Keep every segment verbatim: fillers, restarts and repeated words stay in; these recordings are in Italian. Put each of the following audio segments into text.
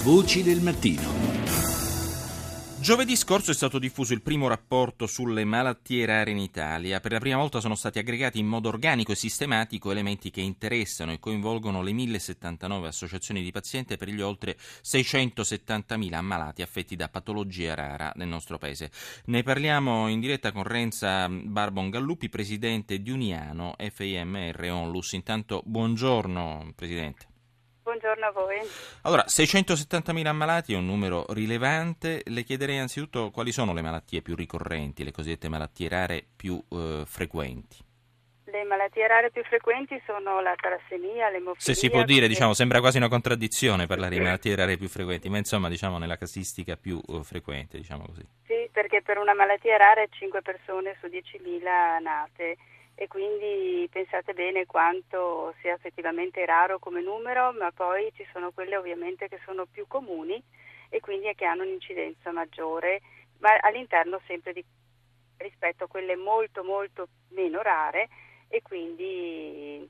Voci del mattino. Giovedì scorso è stato diffuso il primo rapporto sulle malattie rare in Italia. Per la prima volta sono stati aggregati in modo organico e sistematico elementi che interessano e coinvolgono le millesettantanove associazioni di pazienti per gli oltre seicentosettantamila ammalati affetti da patologia rara nel nostro paese. Ne parliamo in diretta con Renza Barbon Gallupi, presidente di Uniano F I M R Onlus. Intanto buongiorno Presidente. Buongiorno a voi. Allora, seicentosettantamila ammalati è un numero rilevante. Le chiederei anzitutto quali sono le malattie più ricorrenti, le cosiddette malattie rare più eh, frequenti. Le malattie rare più frequenti sono la talassemia, l'emofilia. Se si può dire, perché... diciamo, sembra quasi una contraddizione parlare di malattie rare più frequenti, ma insomma, diciamo, nella casistica più uh, frequente, diciamo così. Sì, perché per una malattia rara cinque persone su diecimila nate. E quindi pensate bene quanto sia effettivamente raro come numero, ma poi ci sono quelle ovviamente che sono più comuni e quindi che hanno un'incidenza maggiore, ma all'interno sempre di rispetto a quelle molto molto meno rare, e quindi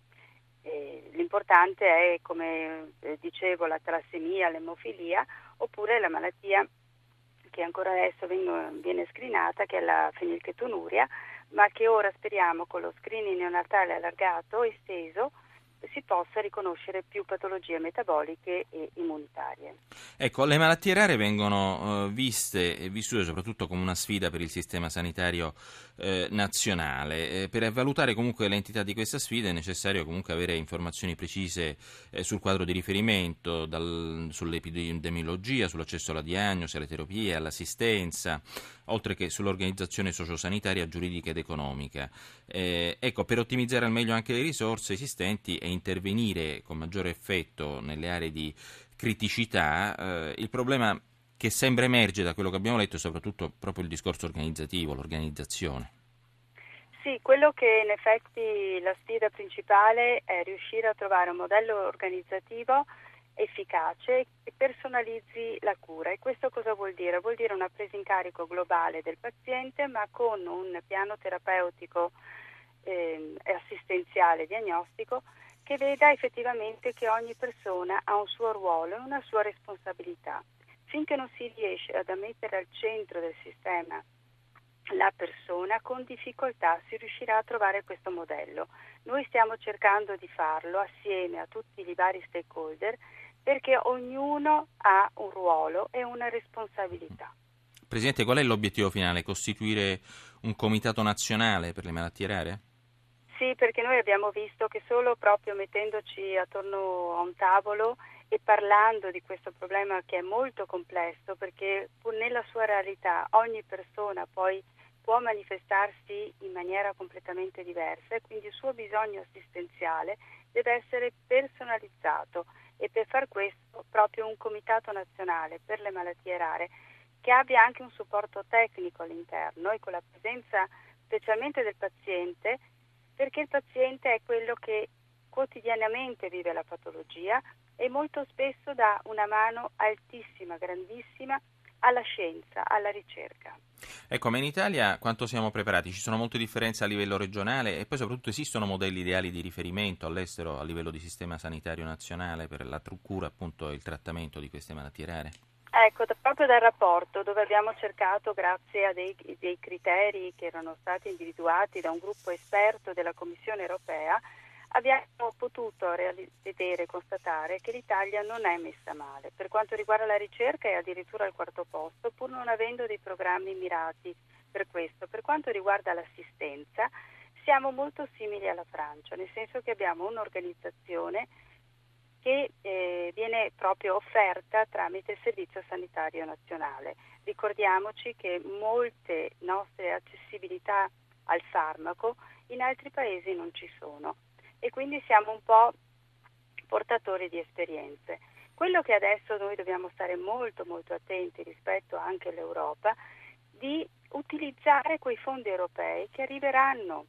eh, l'importante è, come eh, dicevo, la talassemia, l'emofilia, oppure la malattia che ancora adesso vengo, viene screenata, che è la fenilchetonuria, ma che ora speriamo con lo screening neonatale allargato e esteso si possa riconoscere più patologie metaboliche e immunitarie. Ecco, le malattie rare vengono uh, viste e vissute soprattutto come una sfida per il sistema sanitario eh, nazionale. Eh, per valutare comunque l'entità di questa sfida è necessario comunque avere informazioni precise eh, sul quadro di riferimento, dal, sull'epidemiologia, sull'accesso alla diagnosi, alle terapie, all'assistenza, oltre che sull'organizzazione sociosanitaria, giuridica ed economica. Eh, ecco, per ottimizzare al meglio anche le risorse esistenti e intervenire con maggiore effetto nelle aree di criticità, eh, il problema che sembra emerge da quello che abbiamo letto è soprattutto proprio il discorso organizzativo, l'organizzazione. Sì, quello che in effetti la sfida principale è riuscire a trovare un modello organizzativo efficace che personalizzi la cura. E questo cosa vuol dire? Vuol dire una presa in carico globale del paziente, ma con un piano terapeutico eh, e assistenziale diagnostico che veda effettivamente che ogni persona ha un suo ruolo e una sua responsabilità. Finché non si riesce ad mettere al centro del sistema la persona, con difficoltà si riuscirà a trovare questo modello. Noi stiamo cercando di farlo assieme a tutti i vari stakeholder, perché ognuno ha un ruolo e una responsabilità. Presidente, qual è l'obiettivo finale? Costituire un comitato nazionale per le malattie rare? Sì, perché noi abbiamo visto che solo proprio mettendoci attorno a un tavolo e parlando di questo problema, che è molto complesso, perché pur nella sua realtà ogni persona poi può manifestarsi in maniera completamente diversa e quindi il suo bisogno assistenziale deve essere personalizzato, e per far questo proprio un comitato nazionale per le malattie rare che abbia anche un supporto tecnico all'interno e con la presenza specialmente del paziente, perché il paziente è quello che quotidianamente vive la patologia e molto spesso dà una mano altissima, grandissima alla scienza, alla ricerca. Ecco, ma in Italia quanto siamo preparati? Ci sono molte differenze a livello regionale e poi soprattutto esistono modelli ideali di riferimento all'estero a livello di sistema sanitario nazionale per la cura appunto e il trattamento di queste malattie rare? Ecco, da, proprio dal rapporto dove abbiamo cercato, grazie a dei, dei criteri che erano stati individuati da un gruppo esperto della Commissione europea, abbiamo potuto reali- vedere e constatare che l'Italia non è messa male. Per quanto riguarda la ricerca è addirittura al quarto posto, pur non avendo dei programmi mirati per questo. Per quanto riguarda l'assistenza siamo molto simili alla Francia, nel senso che abbiamo un'organizzazione che eh, viene proprio offerta tramite il Servizio Sanitario Nazionale. Ricordiamoci che molte nostre accessibilità al farmaco in altri paesi non ci sono e quindi siamo un po' portatori di esperienze. Quello che adesso noi dobbiamo stare molto molto attenti rispetto anche all'Europa, di utilizzare quei fondi europei che arriveranno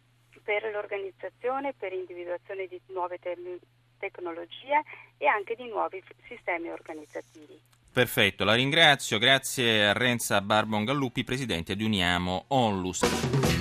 per l'organizzazione, per individuazione di nuove te- tecnologie e anche di nuovi f- sistemi organizzativi. Perfetto, la ringrazio. Grazie a Renza Barbon Gallupi, presidente di Uniamo Onlus.